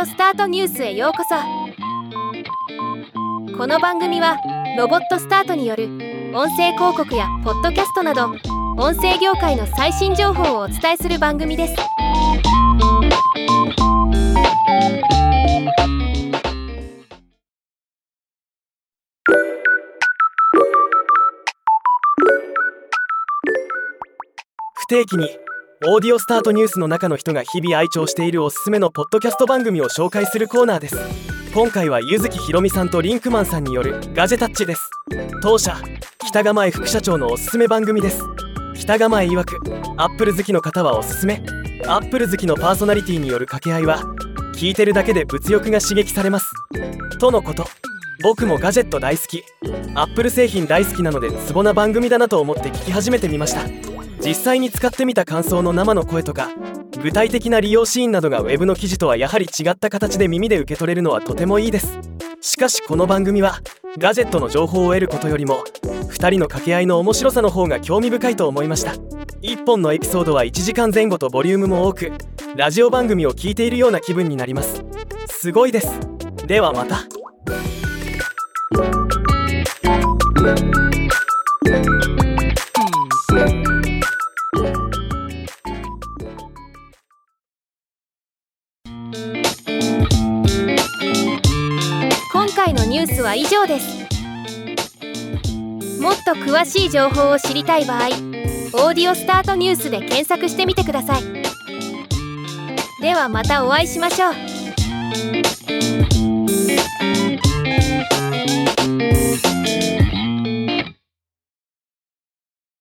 オスタートニュースへようこそ。この番組はロボットスタートによる音声広告やポッドキャストなど音声業界の最新情報をお伝えする番組です。 不定期にオーディオスタートニュースの中の人が日々愛聴しているおすすめのポッドキャスト番組を紹介するコーナーです。今回は柚木ひろみさんとリンクマンさんによるガジェタッチです。当社北構副社長のおすすめ番組です。北構曰くアップル好きの方はおすすめ。アップル好きのパーソナリティによる掛け合いは聞いてるだけで物欲が刺激されますとのこと。僕もガジェット大好き、アップル製品大好きなのでツボな番組だなと思って聞き始めてみました。実際に使ってみた感想の生の声とか具体的な利用シーンなどがウェブの記事とはやはり違った形で耳で受け取れるのはとてもいいです。しかしこの番組はガジェットの情報を得ることよりも2人の掛け合いの面白さの方が興味深いと思いました。1本のエピソードは1時間前後とボリュームも多くラジオ番組を聞いているような気分になります。すごいです。ではまた。 今回のニュースは以上です。もっと詳しい情報を知りたい場合、オーディオスタートニュースで検索してみてください。ではまたお会いしましょう。